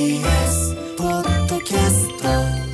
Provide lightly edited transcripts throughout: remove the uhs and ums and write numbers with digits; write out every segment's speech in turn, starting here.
TBS ポッドキャスト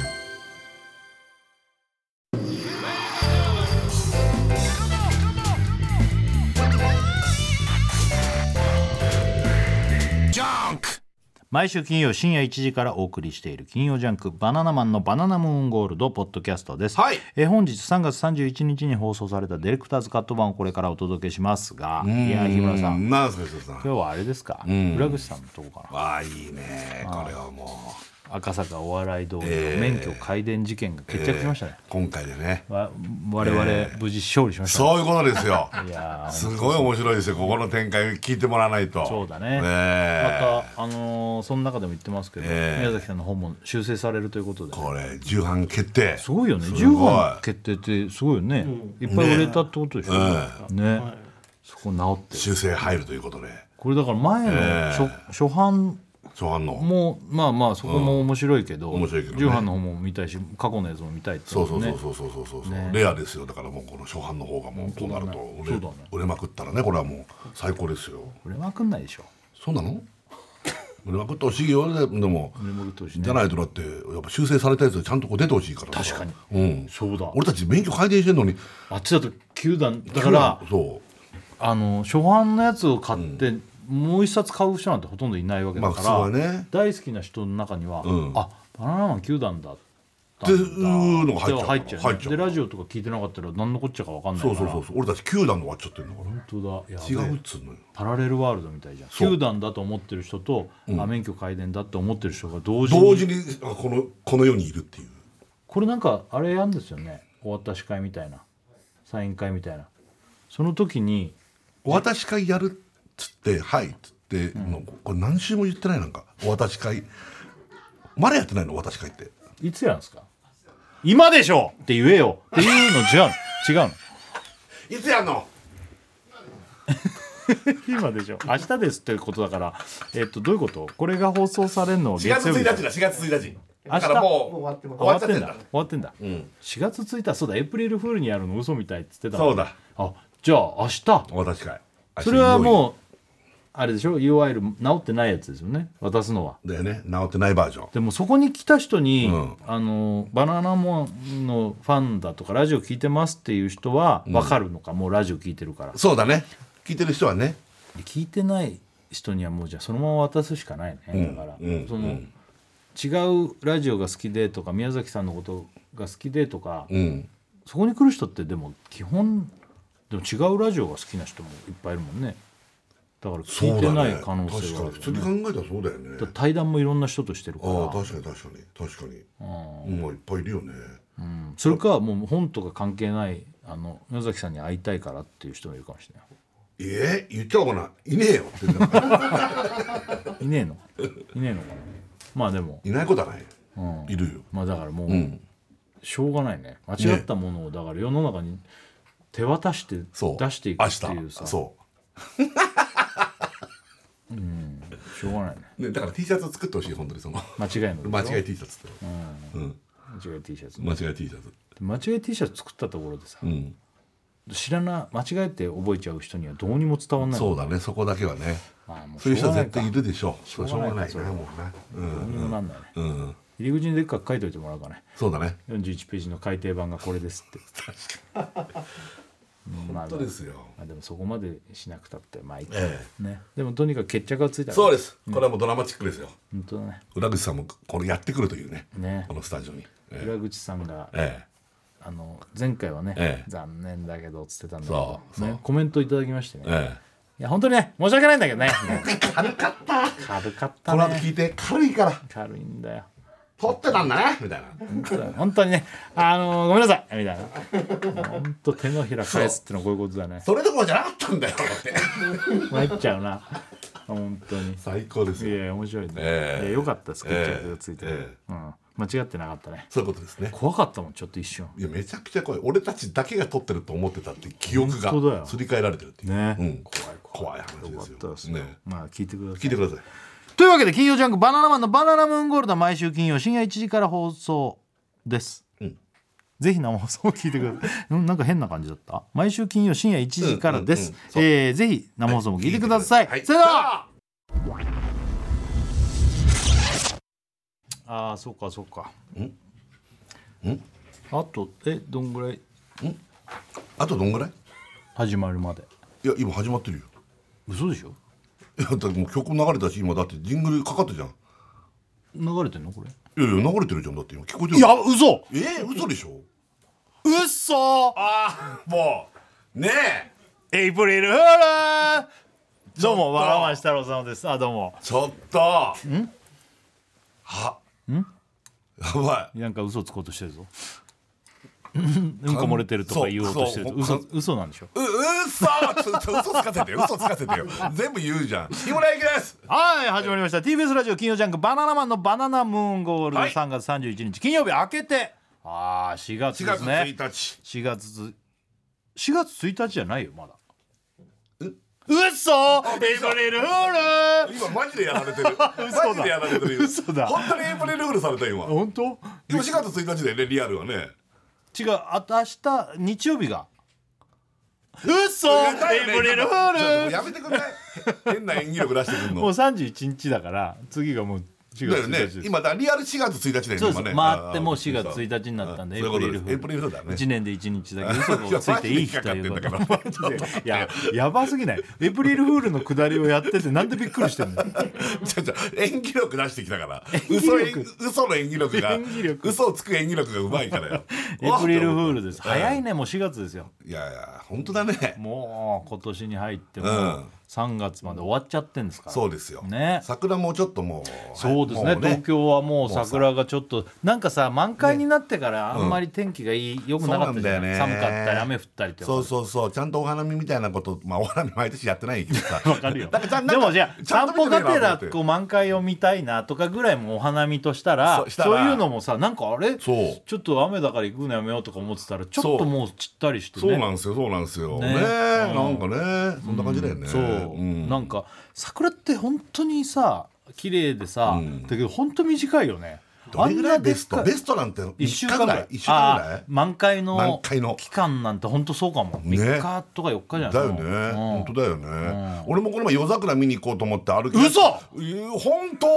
毎週金曜深夜1時からお送りしている金曜ジャンクバナナマンのバナナムーンゴールドポッドキャストです、 はい。 本日3月31日に放送されたディレクターズカット版をこれからお届けしますが、いや日村さんなんですか、吉田さん。 今日はあれですか、裏口さんのとこかな。 ああ、いいね。これはも赤坂お笑い通りの免許皆伝事件が決着しましたね、 今回でね。 我々無事勝利しましたね、 そういうことですよ。 いやすごい面白いですよ。ここの展開聞いてもらわないと。 そうだね、またその中でも言ってますけど、宮崎さんの本も修正されるということで、 これ重版決定。 すごいよね。 すごい 10版決定ってすごいよね、いっぱい売れたってことでしょ、ね、そこ直って修正入るということで。 これだから前の初版初版のもまあまあそこも面白いけど、 面白いけどね重版の方も見たいし過去のやつも見たいってそうことね。 レアですよ。だからもうこの初版の方がもうとなるとそうだね売れまくったらね、これはもう最高ですよ。 売れまくんないでしょ。 そうなの？売れまくってほしいよ。でも売れまくってほしいね。 じゃないとだってやっぱ修正されたやつがちゃんとこう出てほしいから。 確かに、そうだ。 俺たち免許改伝してんのにあっちだと9段だからそう初版のやつを買って、もう一冊買う人なんてほとんどいないわけだから、 まあ普通はね、 大好きな人の中には、あバナナマン9段だっていうのが入っちゃう。 でラジオとか聞いてなかったら何のこっちゃか分かんないから。 そう俺たち9段で終わっちゃってるのかな。 本当だ。 違うっつうのよ。 パラレルワールドみたいじゃん。9段だと思ってる人と、免許改伝だって思ってる人が同時にこの世にいるっていう。 これなんかあれやるんですよね、お渡し会みたいな、サイン会みたいな。その時にお渡し会やるっつってはいっつって、これ何週も言ってない。なんかお渡し会まだやってないの？お渡し会っていつやるんですか？今でしょって言えよっていうの違うのいつやんの？ 今でしょ、明日ですってことだから、どういうこと？これが放送されるのは 4月1 月曜日日だ。4月1日明日だからもう終わっちゃってんだ。 終わってんだ、4月1日はそうだ、エイプリルフールにやるの嘘みたいって言ってたそうだ。 あ、じゃあ明日お渡し会それはもうあれでしょ、いわゆる治ってないやつですよね、渡すのは。 だよね、治ってないバージョン。 でもそこに来た人に、バナナモンのファンだとかラジオ聞いてますっていう人は分かるのか、もうラジオ聞いてるから。 そうだね、聞いてる人はね。 聞いてない人にはもうじゃあそのまま渡すしかないね、だから、その違うラジオが好きでとか宮崎さんのことが好きでとか、そこに来る人ってでも基本でも違うラジオが好きな人もいっぱいいるもんね。だから聞いてない可能性があるよね。 確かに普通に考えたらそうだよね。 対談もいろんな人としてるから。 ああ、確かにもういっぱいいるよね。 それかもう本とか関係ない宮崎さんに会いたいからっていう人がいるかもしれない。 言っちゃおうかな。いねえよっていねえのかな。まあでもいないことはない、いるよ。 まあだからもう、しょうがないね。間違ったものをだから世の中に手渡して出していくっていうさ、 そうしょうがないね。 だから T シャツ作ってほしい。本当にその間違いの間違い T シャツって、 間違い T シャツ間違い T シャツ間違い T シャツ作ったところでさ、間違えて覚えちゃう人にはどうにも伝わんない。 そうだね、そこだけはね。 もそういう人は絶対いるでしょう。しょうがないそれはもうね。 どうにもなんないね。入り口にでっかく書いといてもらうかね。 そうだね。 41ページの改訂版がこれですって。 本当ですよ。 でもそこまでしなくたってまあいいかね。でもとにかく決着がついたら。 そうです。これはもうドラマチックですよ。 本当だね。 裏口さんもこれやってくるというね。 ね、 このスタジオに。 裏口さんが、前回はね、残念だけどつってたんだけど、ね、コメントいただきましてね。いや本当にね申し訳ないんだけどね。軽かったね。 この後聞いて、軽いから。 軽いんだよ。 撮ってたんだねみたいな。 本当にねごめんなさいみたいな。本当手のひら返すってのはこういうことだね。 それどころじゃなかったんだよって参っちゃうな本当に。 最高ですよ。 いや面白いね。よかったです決着がついて、間違ってなかったね。 そういうことですね。 怖かったもんちょっと一瞬。 いやめちゃくちゃ怖い。俺たちだけが撮ってると思ってたって記憶がすり替えられてるっていうね。 怖い話ですよね。 まあ聞いてください。 聞いてください。 というわけで金曜ジャンクバナナマンのバナナムーンゴールドは毎週金曜深夜1時から放送です、ぜひ生放送を聞いてください。なんか変な感じだった。毎週金曜深夜1時からです、ぜひ生放送も聞いてください。それではああそうかそうか。あとどんぐらいあとどんぐらい？ 始まるまで。 いや今始まってるよ。 嘘でしょ。 いやだってもう曲流れたし今だってジングルかかったじゃん。 流れてんのこれ。 いやいや流れてるじゃんだって今聞こえてる。 いや嘘。 嘘でしょ。 嘘。 もうねエイプリルフール。どうもわらまし太郎さんです。あどうも。 ちょっとやばい。 なんか嘘つこうとしてるぞ。うんこ漏れてるとか言おうとしてるぞ。嘘なんでしょ。 嘘つかせてよ嘘つかせてよ全部言うじゃん。日村ゆきです。 はい始まりました TBS ラジオ金曜ジャンクバナナマンのバナナムーンゴールド、3月31日金曜日明けて4月ですね。 4月1日 4月1日じゃないよまだ。嘘。エイプリルフール。 今マジでやられてるマジでやられてる。 嘘だ。 本当にエイプリルフールされた今。 本当。 今4月1日でねリアルはね。 違う明日日曜日が嘘。エイプリルフール。 やめてくれない変な演技力出してくるの。 もう31日だから次がもう4月1日です。 今だリアル4月1日だよね。 そうです回ってもう4月1日になったんでエイプリルフールだね。1年で1日だけ嘘がついていい日ということマジで。いややばすぎない。エイプリルフールのくだりをやっててなんでびっくりしてんの。 演技力出してきたから嘘の演技力が嘘をつく演技力がうまいからよ。 エイプリルフールです。早いねもう4月ですよ。 いやいや本当だね。 もう今年に入っても3月まで終わっちゃってんですから。 そうですよね。 桜もちょっともうそうですね。東京はもう桜がちょっとなんかさ満開になってからあんまり天気が良くなかったじゃない。寒かったり雨降ったりって。 そうちゃんとお花見みたいなことお花見毎年やってないけどさ。 わかるよ。でもじゃあ散歩がてらこう満開を見たいなとかぐらいもお花見としたらそういうのもさなんかあれちょっと雨だから行くのやめようとか思ってたらちょっともう散ったりしてね。 そうなんですよね。なんかねそんな感じだよね。 そうなんか桜って本当にさ綺麗でさだけど本当短いよね。 どれぐらいベストなんて 1週間ぐらい満開の期間なんて本当そうかも。3日とか4日じゃない。 だよね本当だよね。俺もこの前夜桜見に行こうと思って歩き嘘本当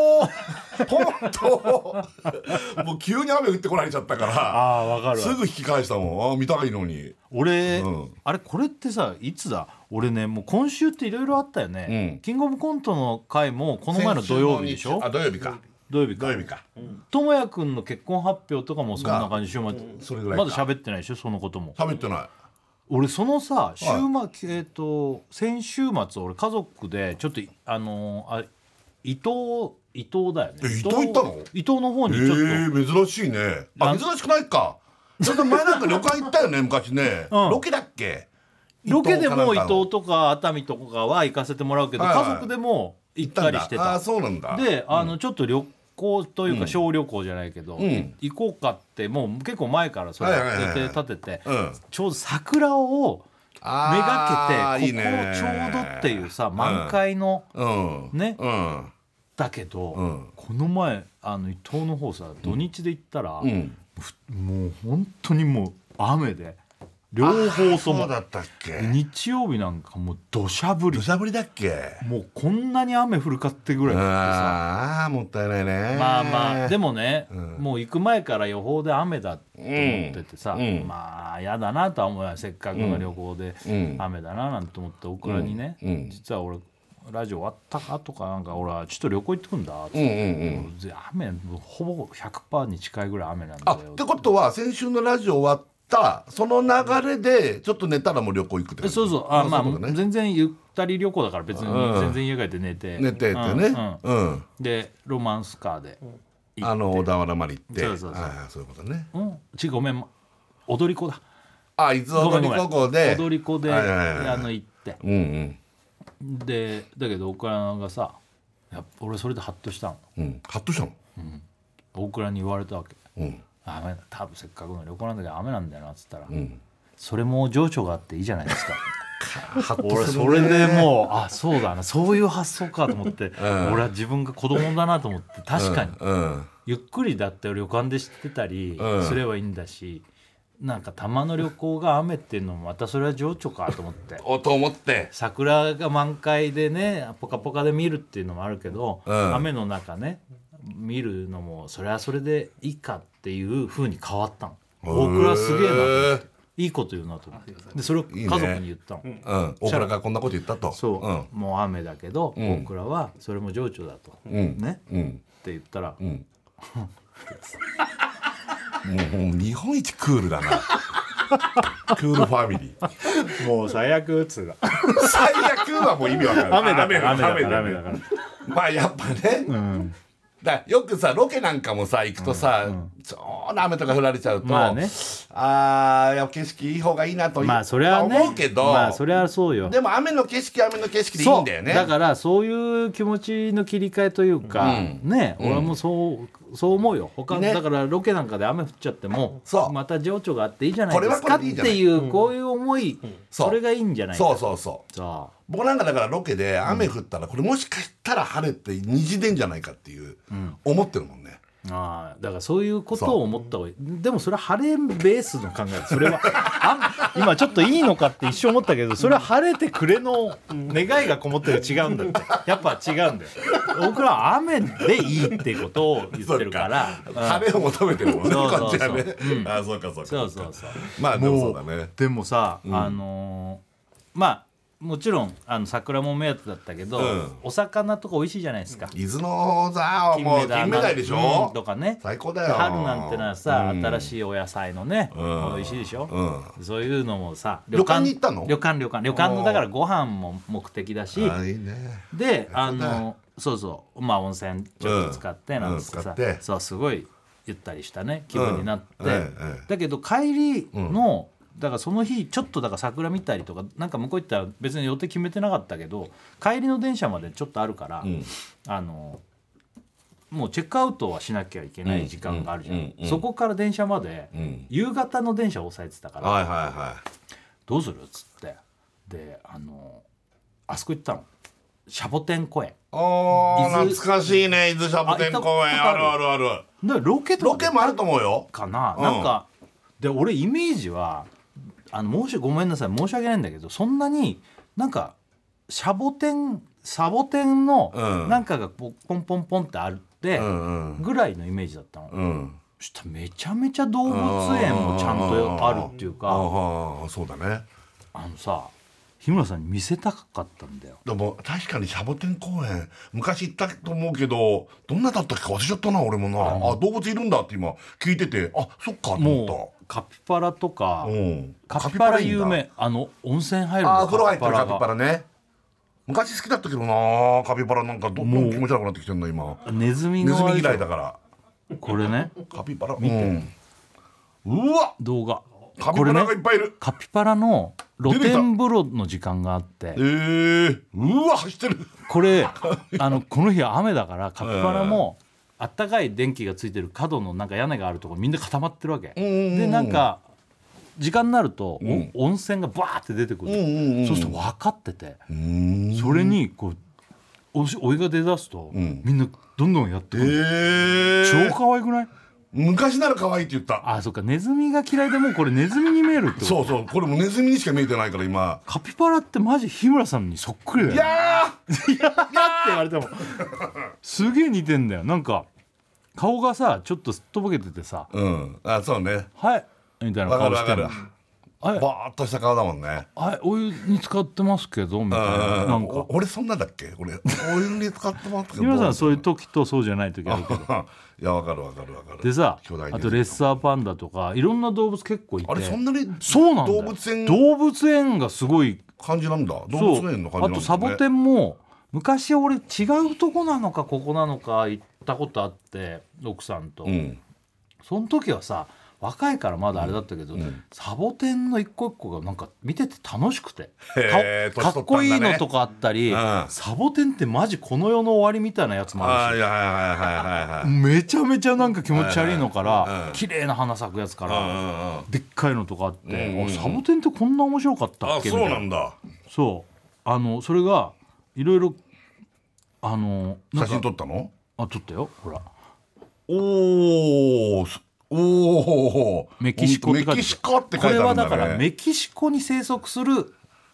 もう急に雨降ってこられちゃったからわかるすぐ引き返したもん。見たいのに俺あれこれってさいつだ俺ねもう今週っていろいろあったよね。キングオブコントの回もこの前の土曜日でしょ。 土曜日か智也くんの結婚発表とかもそんな感じ。週末それぐらいまだ喋ってないでしょそのことも。 喋ってない。 俺そのさ先週末俺家族でちょっと伊東だよね。 伊東行ったの？ 伊東の方にちょっと珍しいね。珍しくないか。ちょっと前なんか旅館行ったよね昔ね。ロケだっけ？ ロケでも伊東とか熱海とかは行かせてもらうけど家族でも行ったりしてた。 そうなんだ。 でちょっと旅行というか小旅行じゃないけど行こうかってもう結構前からそれ予定立ててちょうど桜をめがけてここちょうどっていうさ満開のねだけどこの前伊東の方さ土日で行ったらもう本当にもう雨で両方とも。 そうだったっけ。 日曜日なんかもう土砂降りだっけ。 もうこんなに雨降るかってぐらい降ってさもったいないね。 まあでもねもう行く前から予報で雨だと思っててさまあやだなとは思うよ。せっかくの旅行で雨だななんて思って大倉にね実は俺ラジオ終わったかとかなんか俺はちょっと旅行行ってくんだって雨ほぼ 100% に近いぐらい雨なんだよ。 ってことは先週のラジオ終わったその流れでちょっと寝たらもう旅行行くって感じ。 そうまあ全然ゆったり旅行だから別に全然家帰って寝てってねでロマンスカーで小田原まで行ってそういうことね。 ごめん踊り子だ。 伊豆踊り高校で踊り子で行ってでだけど大倉がさ俺それでハッとしたの。 ハッとしたの？ 大倉に言われたわけ。雨多分せっかくの旅行なんだけど雨なんだよなっつったらそれも情緒があっていいじゃないですか。俺それでもうそうだなそういう発想かと思って俺は自分が子供だなと思って確かにゆっくりだって旅館で知ってたりすればいいんだしなんかたまの旅行が雨っていうのもまたそれは情緒かと思って桜が満開でねポカポカで見るっていうのもあるけど雨の中ね見るのもそれはそれでいいかっていう風に変わったの。大倉すげえなと思っていいこと言うなと思ってでそれを家族に言ったの。 大倉がこんなこと言ったと。 そう、もう雨だけど、大倉はそれも情緒だと、ね、って言ったら、 もう日本一クールだなクールファミリーもう最悪っつうか最悪はもう意味わからない。 雨だからまあやっぱね、だよくさロケなんかもさ行くとさ、超な雨とか降られちゃうと、 まあね、 やっぱ景色いい方がいいなと、 まあそれはね、 思うけど、 まあそれはそうよ。 でも雨の景色でいいんだよね。 だからそういう気持ちの切り替えというか、ね、俺もそう思うよ。 ね、 だからロケなんかで雨降っちゃってもまた情緒があっていいじゃないですかっていいうこういう思い、それがいいんじゃないか。 そう僕なんかだからロケで雨降ったらこれもしかしたら晴れて虹出んじゃないかっていう思ってるもんね。 だからそういうことを思った方がいい。でもそれは晴れベースの考え。それは今ちょっといいのかって一瞬思ったけど、それは晴れてくれの願いがこもってる。違うんだって。やっぱ違うんだよ。僕らは雨でいいっていうことを言ってるから晴れを求めてるもんね。 こっちはね。そうかまあでもそうだね。 でもさ、まあもちろん桜も目当てだったけど、お魚とか美味しいじゃないですか。 伊豆のさもう金目鯛でしょ、 とかね、 最高だよ。 春なんてのはさ、新しいお野菜のね、美味しいでしょ、そういうのもさ、 旅館に行ったの？ 旅館のだからご飯も目的だし、 いいね、 でそうまあ温泉ちょっと使ってなんつってさ、そうすごいゆったりしたね気分になって、だけど帰りのだからその日ちょっとだから桜見たりとかなんか向こう行ったら別に予定決めてなかったけど、帰りの電車までちょっとあるから、もうチェックアウトはしなきゃいけない時間があるじゃん、そこから電車まで、夕方の電車を抑えてたから、どうするっつってであそこ行ったの、シャボテン公園。 懐かしいね、伊豆シャボテン公園。あるでロケもあると思うよかな、なんかで俺イメージはごめんなさい申し訳ないんだけど、そんなになんかサボテンのなんかがポンポンポンってあるってぐらいのイメージだったの、そしたらめちゃめちゃ動物園もちゃんとあるっていうか、 そうだね、 さ日村さんに見せたかったんだよ。 でも確かにシャボテン公園昔行ったと思うけどどんなだったっけ忘れちゃったな俺もな。動物いるんだって今聞いてて、そっかと思った。 もうカピバラとか、カピバラ有名、温泉入る風呂入ってるカピバラね。昔好きだったけどな、カピバラなんかどんどん気持ち悪くなってきてるの今。 ネズミ嫌いだから。 これねカピバラ見て、うわ動画カピバラがいっぱいいる。 カピバラの露天風呂の時間があって、 うわ走ってる。 これこの日は雨だからカピバラもあったかい電気がついてる角のなんか屋根があるところみんな固まってるわけで、なんか時間になると、温泉がバーって出てくる、そうすると分かってて、それにこうお湯が出だすと、みんなどんどんやってくる、超可愛くない？ 昔なら可愛いって言った。 そっか、ネズミが嫌いでもうこれネズミに見えるってこと。 そうこれもネズミにしか見えてないから今。 カピバラってマジ日村さんにそっくりだよ。 いやって言われてもすげえ似てんだよ。なんか顔がさちょっとすっとぼけててさ、 そうね、 はいみたいな顔してる。 バーッとした顔だもんね。 お湯に使ってますけどみたいな。なんか俺そんなだっけ、俺お湯に使ってますけど。 日村さんそういう時とそうじゃない時あるけどいや分かるでさ、あとレッサーパンダとかいろんな動物結構いて、 あれそんなにそうなんだよ、動物園がすごい感じなんだ。動物園の感じなんだね。 あとサボテンも昔俺違うとこなのかここなのか行ったことあって奥さんと、その時はさ若いからまだあれだったけど、サボテンの一個一個がなんか見てて楽しくて、かっこいいのとかあったり、サボテンってマジこの世の終わりみたいなやつもあるし、めちゃめちゃなんか気持ち悪いのから綺麗な花咲くやつからでっかいのとかあって、サボテンってこんな面白かったっけみたいな。 そうなんだ。 そうそれがいろいろ写真撮ったの？ 撮ったよ、ほら。 おメキシコって書いてある。 メキシコって書いてあるんだね。 これはだからメキシコに生息する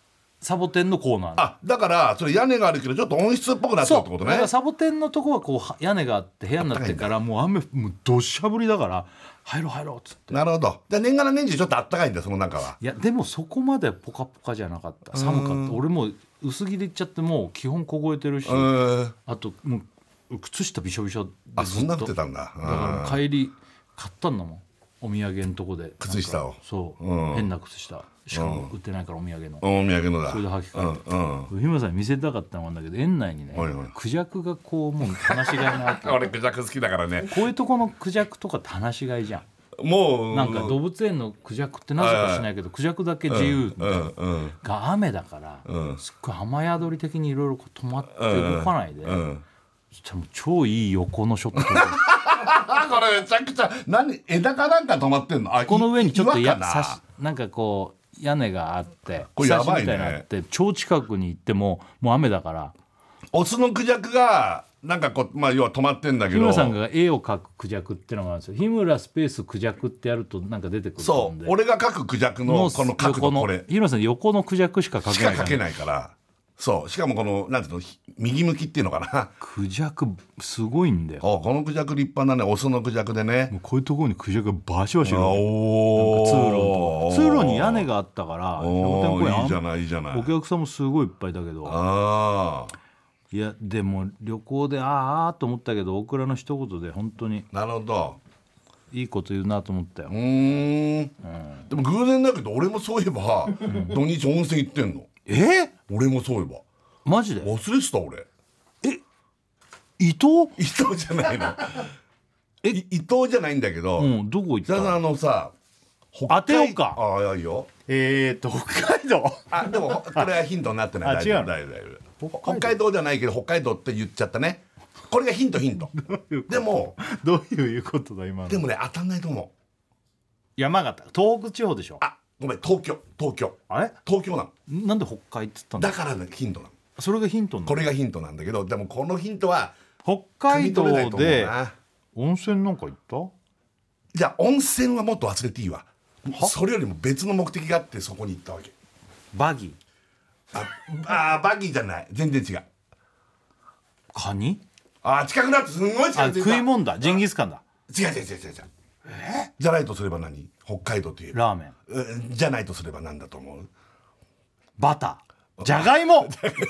サボテンのコーナーあだからそれ屋根があるけどちょっと温室っぽくなってるってことね。 だからサボテンのとこはこう屋根があって部屋になってからもう雨もうどしゃ降りだから入ろう入ろうっつって。 なるほど。で年がら年中ちょっとあったかいんだその中は。 いやでもそこまでポカポカじゃなかった。寒かった。俺もう薄着で行っちゃってもう基本凍えてるし、あともう靴下びしょびしょでずっと。 そんな降ってたんだ。 だから帰り買ったんだもんお土産のとこで靴下を。 そう、変な靴下しかも売ってないからお土産の。 お土産のだ。 それで履き替えて、日村さんに見せたかったのなんだけど園内にね、クジャクがこうもう放し飼いなわけ。 俺クジャク好きだからね。 こういうとこのクジャクとかって放し飼いじゃん。 もうなんか動物園のクジャクってなぜかしないけどクジャクだけ自由みたいなが雨だからすっごい雨宿り的にいろいろ止まって動かないで、そしたらもう超いい横のショットこれめちゃくちゃ枝かなんか止まってんの。 この上にちょっとなんかこう屋根があってこれやばいね。 みたいなのあって超近くに行ってももう雨だからオスのクジャクがなんかこう、まあ、要は止まってんだけど日村さんが絵を描くクジャクってのがあるんですよ。日村スペースクジャクってやるとなんか出てくるそう俺が描くクジャクのこの角度これ日村さん横のクジャクしか描けないから、 しか描けないからそうしかもこのなんていうの右向きっていうのかなクジャクすごいんだよ。 このクジャク立派なねオスのクジャクでねもうこういうところにクジャクがバシバシいる。 お通路に屋根があったからいいじゃないいいじゃない。 お客さんもすごいいっぱいだけどいやでも旅行でああと思ったけど大倉の一言で本当になるほどいいこと言うなと思ったよ。 でも偶然だけど俺もそういえば土日温泉行ってんの。俺もそういえばマジで忘れてた俺。 伊藤じゃないの伊藤じゃないんだけど、 どこ行った？ さ当てようか。 いいよ。 北海道でもこれはヒントになってない。 違う北海道じゃないけど北海道って言っちゃったね。これがヒントでもどういうことだ今の。 でもね当たんないと思う。 山形東北地方でしょ。 ごめん東京あれ東京なの。 なんで北海って言ったんだ。 だからねヒントなの。 それがヒントなの。 これがヒントなんだけどでもこのヒントは北海道で温泉なんか行った？ じゃあ温泉はもっと忘れていいわ。それよりも別の目的があってそこに行ったわけ。 バギーバギーじゃない全然違う。 カニ？ 近くなってすんごい近く。 食い物だジンギスカンだ。 違うじゃないとすれば何？北海道といえばラーメンじゃないとすれば何だと思う？ バターじゃがいももう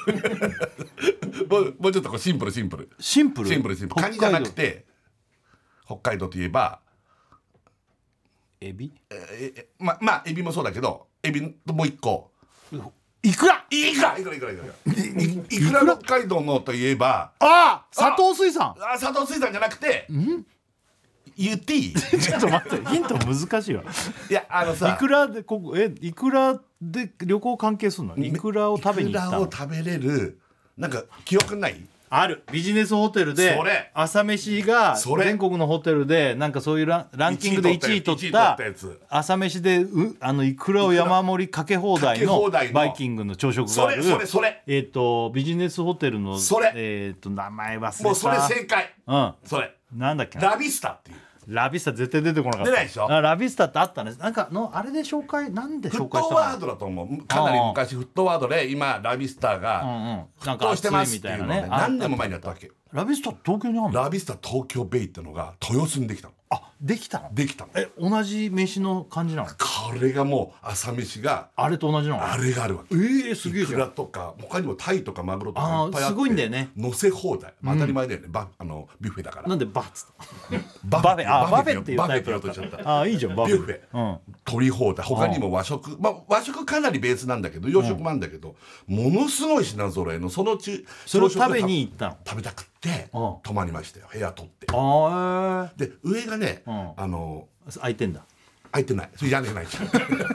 ちょっとこうシンプルカニじゃなくて北海道といえばエビ？ まあエビもそうだけどエビともう一個イクライクラ北海道のといえば佐藤水産。 佐藤水産じゃなくて言っていい？ ちょっと待ってヒント難しいわ。 いやイクラでイクラで旅行関係するの？イクラを食べに行ったの？ イクラを食べれるなんか記憶ない？ あるビジネスホテルで朝飯が全国のホテルでなんかそういうランキングで1位取った朝飯でイクラを山盛りかけ放題のバイキングの朝食があるビジネスホテルの名前忘れた。 もうそれ正解。それなんだっけラビスタっていう。 ラビスタ絶対出てこなかった。 出ないでしょ。 ラビスタってあったね。なんかのあれで紹介なんで紹介したの？ フットワードだと思う。かなり昔フットワードで今ラビスタがなんかしてますっていうのね何年も前にやったわけ。 ラビスタ東京にあるの？ ラビスタ東京ベイってのが豊洲にできたの。 できたの？ できたの。 同じ飯の感じなの？ これがもう朝飯があれと同じなの？あれがあるわけ。 すげえじゃん。 イクラとか他にもタイとかマグロとかいっぱいあってすごいんだよね。 乗せ放題当たり前だよね。ビュッフェだから。 なんでバッツバフェっていうタイプだった。いいじゃんバフェ。 ビュッフェ取り放題。他にも和食和食かなりベースなんだけど洋食もあるんだけどものすごい品揃えのそれを食べに行ったの。食べたくって泊まりましたよ部屋取って。で上がね空いてんだ。 空いてない。それ屋根ないじゃん。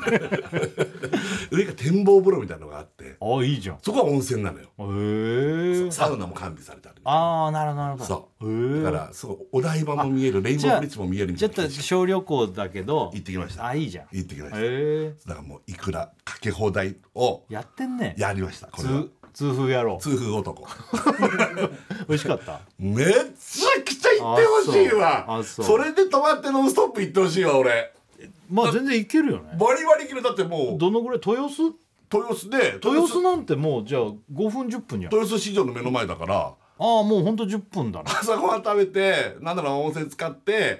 上が展望風呂みたいなのがあっていいじゃん。 そこは温泉なのよ。サウナも完備されてある。 なるほど。 そうだからお台場も見えるレインボーブリッジも見えるみたいな。 ちょっと小旅行だけど行ってきました。 いいじゃん。 行ってきました。だからもういくらかけ放題をやってんね。 やりました。これは痛風野郎。 痛風男。 美味しかった。 めちゃくちゃ行ってほしいわ。それで泊まってノンストップ行ってほしいわ俺。 全然いけるよね。 バリバリいける。だってもうどのぐらい豊洲豊洲で豊洲なんてもうじゃあ5分10分じゃん。 豊洲市場の目の前だからああもうほんと10分だね。 朝ごはん食べてなんなら温泉使って、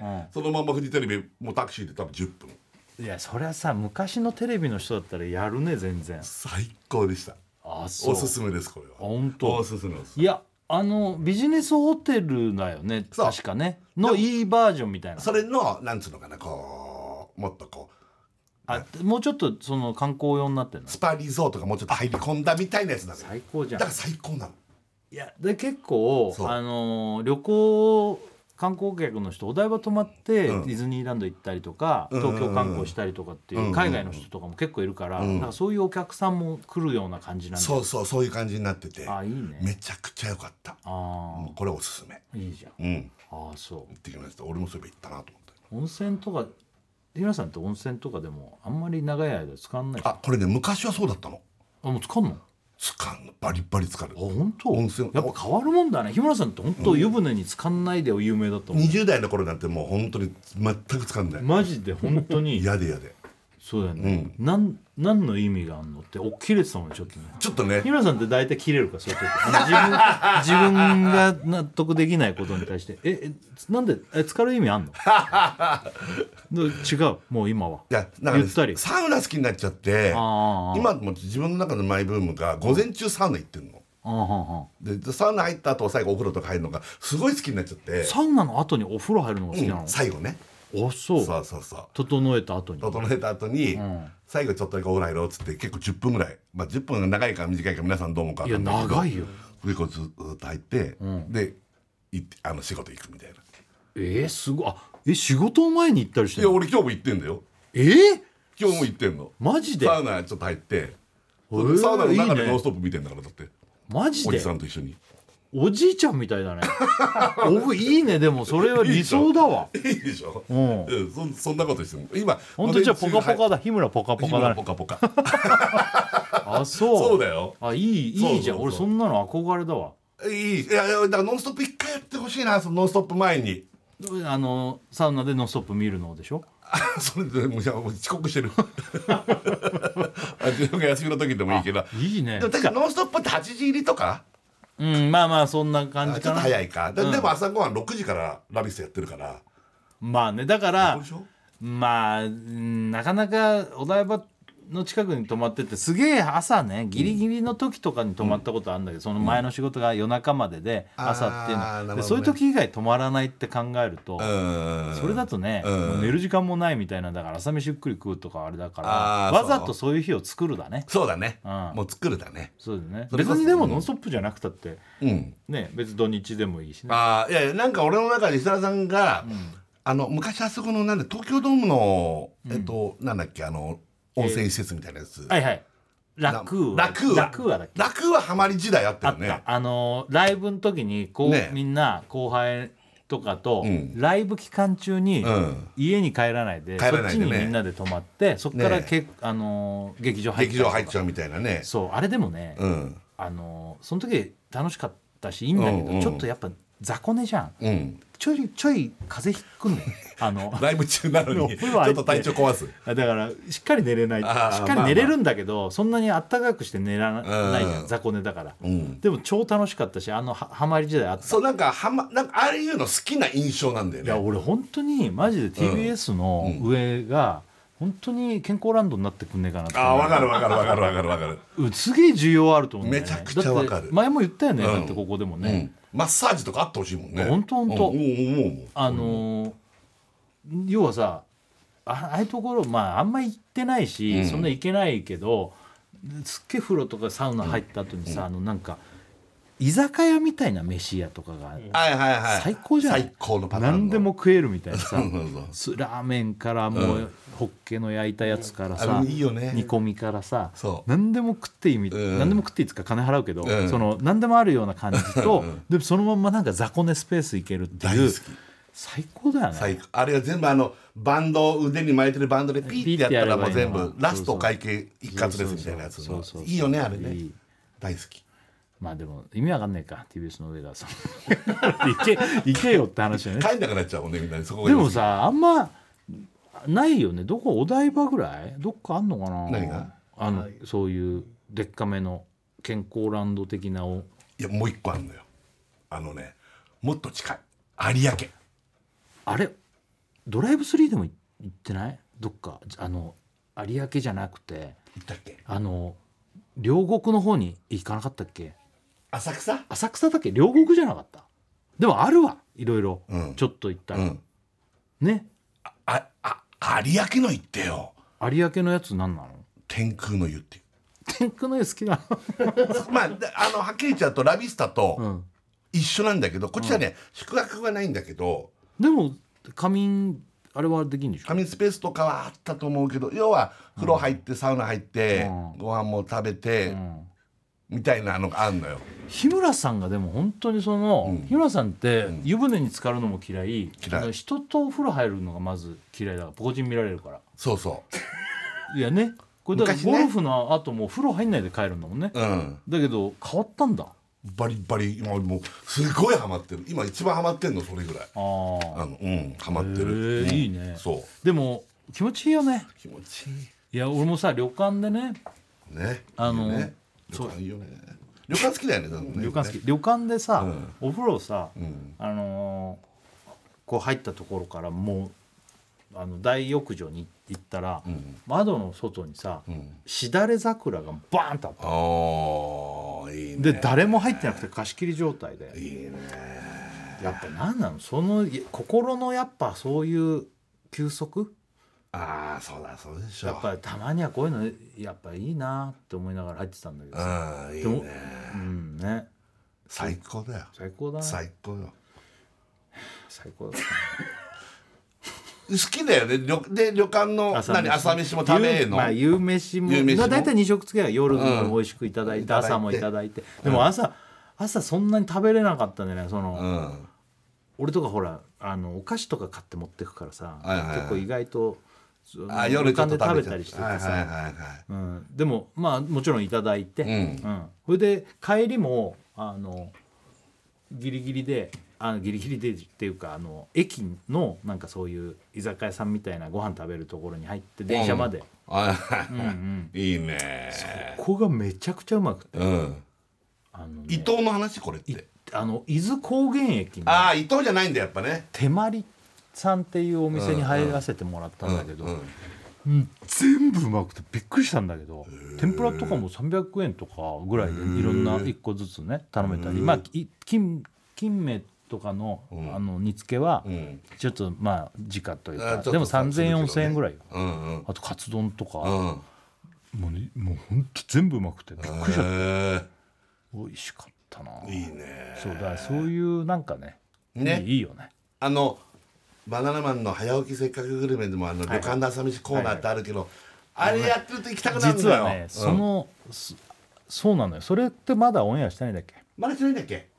うん、 そのままフジテレビもうタクシーで多分10分。 いやそりゃさ昔のテレビの人だったらやるね全然。 最高でした。 あそうおすすめですこれは。 本当おすすめです。 いやビジネスホテルだよね確かねのいいバージョンみたいな。 それのなんつうのかなこうもっとこうもうちょっとその観光用になってるの。 スパリゾートがもうちょっと入り込んだみたいなやつだね。 最高じゃん。 だから最高なの。 いやで結構旅行観光客の人お台場泊まってディズニーランド行ったりとか、東京観光したりとかっていう海外の人とかも結構いるから、なんかそういうお客さんも来るような感じなんで。 そういう感じになってて、 いいね。 めちゃくちゃ良かった。これおすすめ。 いいじゃん。そう行ってきました。俺もそういえば行ったなと思って。 温泉とか日村さんって温泉とかでもあんまり長い間使わない。 これね昔はそうだったの。 もう使うの？ 使うのバリバリ使う。 本当？ 温泉やっぱ変わるもんだね。日村さんって本当湯船に使んないで有名だと思う。 20代の頃なんてもう本当に全く使んない。 マジで本当に嫌で。 そうだよね。何の意味があるのって切れてたもんねちょっとね。 ちょっとね。 日村さんって大体切れるかそういう時。自分が納得できないことに対してなんで使う意味あんの？違うもう今は。 いやなんか、ね、 ゆったりサウナ好きになっちゃって今も自分の中のマイブームが午前中サウナ行ってんの。でサウナ入った後最後お風呂とか入るのがすごい好きになっちゃって。 サウナの後にお風呂入るのが好きなの？ 最後ね。 そう整えた後に、最後ちょっとお風呂入ろうっつって結構10分ぐらい、10分が長いか短いか皆さんどう思うか。いや長いよ。 でこうずっと入って、で仕事行くみたいな。 すごい。仕事前に行ったりしてる？ いや俺今日も行ってんだよ。今日も行ってんの。 マジで？ サウナちょっと入って、サウナの中でノンストップ見てんだからだって。 マジで？ おじさんと一緒に。 おじいちゃんみたいだね。いいね。でもそれは理想だわ。 いいでしょ。そんなことしても今本当じゃポカポカだ。日村ポカポカだね。 ポカポカ。 そうだよ。 いいじゃん。俺そんなの憧れだわ。 いやだからノンストップ一回やってほしいな。そのノンストップ前にサウナでノンストップ見るのでしょ。 それでもう遅刻してる。自分が休みの時でもいいけど。 いいね。 でも確かノンストップって8時入りとか。 まあそんな感じかな。 ちょっと早いか。でも朝ごはん6時からラビスやってるから。 まあねだからなかなかお台場の近くに泊まっててすげえ朝ねギリギリの時とかに泊まったことあるんだけど、その前の仕事が夜中までで朝っていうので、そういう時以外泊まらないって考えると、それだとね寝る時間もないみたいなんだから朝飯ゆっくり食うとかあれだからわざとそういう日を作るだね。 そうだね。もう作るだね。 そうだね。別にでもノンストップじゃなくたってね別に土日でもいいしね。 いやなんか俺の中で石原さんが昔あそこの東京ドームのなんだっけ温泉施設みたいなやつ。ラクーはハマり時代あったよね。 ライブの時にみんな後輩とかとライブ期間中に家に帰らないでそっちにみんなで泊まってそっから劇場入っちゃうみたいなね。 そうあれでもねその時楽しかったしいいんだけどちょっとやっぱ雑魚寝じゃん。ちょい風邪ひくのライブ中なのにちょっと体調壊す。 だからしっかり寝れない。しっかり寝れるんだけどそんなにあったかくして寝らないじゃん雑魚寝だから。でも超楽しかったしハマり時代あった。 そうなんかああいうの好きな印象なんだよね。 いや俺本当にマジで TBS の上が本当に健康ランドになってくんねえかなって。 わかる。 すげえ需要あると思うんだよね。 めちゃくちゃわかる。 前も言ったよね。だってここでもねマッサージとかあってほしいもんね。 本当要はさああいうところあんま行ってないしそんな行けないけどすっげえ風呂とかサウナ入った後にさなんか居酒屋みたいな飯屋とかが最高じゃない。 最高のパターン。 何でも食えるみたいなさラーメンからもうホッケの焼いたやつからさ煮込みからさ何でも食っていいみたいな。何でも食っていいっつか金払うけど何でもあるような感じとでそのまんまなんか雑魚寝スペース行けるっていう最高だよね。 あれが全部バンド腕に巻いてるバンドでピーってやったらもう全部ラスト会計一括ですみたいなやつ。いいよねあれね。大好き。 まあでも意味わかんないか TBS の上がさ行けよって話だね。 帰んなくなっちゃうもんねみんなに。そこでもさあんまないよね。どこお台場ぐらいどっかあんのかな。 何がそういうでっかめの健康ランド的な。 いやもう一個あるのよ。もっと近い有明。 あれドライブスリーでも行ってない？どっか有明じゃなくて行ったっけ？ 両国の方に行かなかったっけ？ 浅草だっけ？両国じゃなかった？でもあるわ、いろいろ、ちょっと行ったら、ね。 有明の行ってよ。 有明のやつ何なの？ 天空の湯っていう。 天空の湯好きなまあはっきり言っちゃうとラビスタと一緒なんだけど、こっちはね、宿泊がないんだけど、 でも仮眠あれはできるんでしょ？ 仮眠スペースとかはあったと思うけど、要は風呂入ってサウナ入って、ご飯も食べて、みたいなのがあるのよ。 日村さんがでも本当に日村さんって湯船に浸かるのも嫌い、人とお風呂入るのがまず嫌いだから、ポコチン見られるから。 そういやね、これだからゴルフの後も風呂入んないで帰るんだもんね、だけど変わったんだ。 バリバリ今もうすごいハマってる。今一番ハマってんのそれぐらい。ハマってる。 いいね。 そうでも気持ちいいよね。 気持ちいい。 いや俺もさ旅館でね、 旅館いいよね。旅館好きだよね。 旅館好き。旅館でさ、お風呂さ、こう入ったところからもう大浴場に行ったら、窓の外にさ、しだれ桜がバーンとあった。 いいね。 で誰も入ってなくて貸し切り状態で。 いいね。 やっぱ何なの、その心のやっぱそういう休息。 そうでしょ。 やっぱりたまにはこういうのやっぱいいなって思いながら入ってたんだけどさ。 いいね。最高だよ。 最高だね。 最高よ。 最高だ。 好きだよね。で旅館の朝飯も食べの。 夕飯もだいたい2食付けは夜も美味しくいただいて、朝もいただいて。でも朝そんなに食べれなかったんだよね。俺とかほらお菓子とか買って持ってくからさ、結構意外と夜ちょっと旅館で食べたりしててさ、でもまあもちろんいただいて、それで帰りもギリギリでっていうか駅のなんかそういう居酒屋さんみたいなご飯食べるところに入って電車まで、 いいね。 そこがめちゃくちゃうまくて、 伊東の話これって伊豆高原駅の伊東じゃないんだやっぱね。 手まりさんっていうお店に入らせてもらったんだけど、全部うまくてびっくりしたんだけど、天ぷらとかも300円とかぐらいでいろんな1個ずつね頼めたり、まあ金目とかの煮付けはちょっとまあ時価というか、でも3000円4000円ぐらいよ。あとカツ丼とかもうほんと全部うまくてびっくりしちゃった。美味しかったな。 いいね。 そうだ、そういうなんかねいいよね。 バナナマンの早起きせっかくグルメでも旅館の朝飯コーナーってあるけど、あれやってると行きたくなるんだよ。 実はねそうなのよ。それってまだオンエアしてないんだっけ？ まだしてないんだっけ？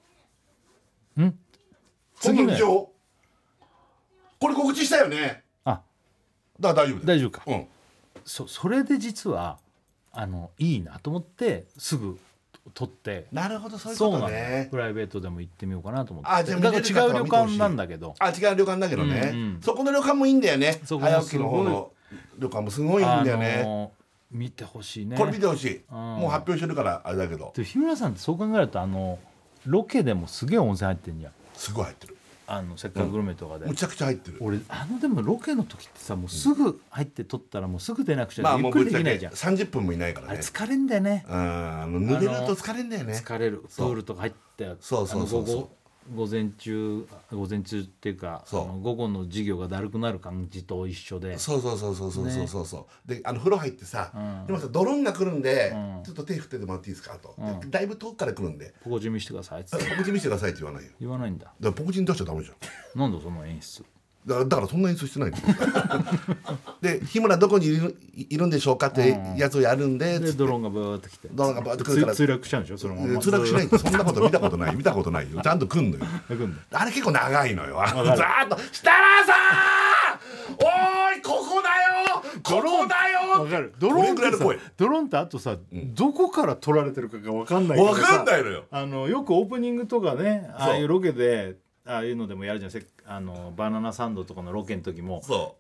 次のこれ告知したよね。だから大丈夫だよ。 大丈夫か。それで実はいいなと思ってすぐ撮って。 なるほど、そういうことね。 プライベートでも行ってみようかなと思って。 じゃあだから違う旅館なんだけど。 違う旅館だけどね。そこの旅館もいいんだよね。早起きの方の旅館もすごいいいんだよね。 見てほしいね。 これ見てほしい。もう発表してるからあれだけど。 日村さんってそう考えるとロケでもすげえ温泉入ってんじゃん。 すごい入ってる。 せっかくグルメとかでむちゃくちゃ入ってる。 俺でもロケの時ってさ、もうすぐ入って撮ったらもうすぐ出なくちゃゆっくりできないじゃん。 30分もいないからね。 あれ疲れんだよね。 濡れると疲れんだよね。 疲れる。プールとか入って午前中っていうか午後の授業がだるくなる感じと一緒で。 そうで風呂入ってさ、でもさドローンが来るんでちょっと手振っててもらっていいですかと、だいぶ遠くから来るんでポコチン見してくださいってポコチン見してくださいって言わないよ。 言わないんだ。 だからポコチン出しちゃダメじゃん。 なんだその演出。 だからそんな演出してないので日村どこにいるんでしょうかってやつをやるんで、 ドローンがバーッと来て、 ドローンがバーッと来るから墜落しちゃうんでしょ。そのまま墜落しないって。そんなこと見たことないよ。ちゃんと来んのよ。あれ結構長いのよ。ざーっと設楽さんおーいここだよここだよ。 わかる。ドローンってあとさ、どこから撮られてるかがわかんないからさ。 わかんないのよ。 よくオープニングとかね、ああいうロケでああいうのでもやるじゃん。バナナサンドとかのロケの時も結構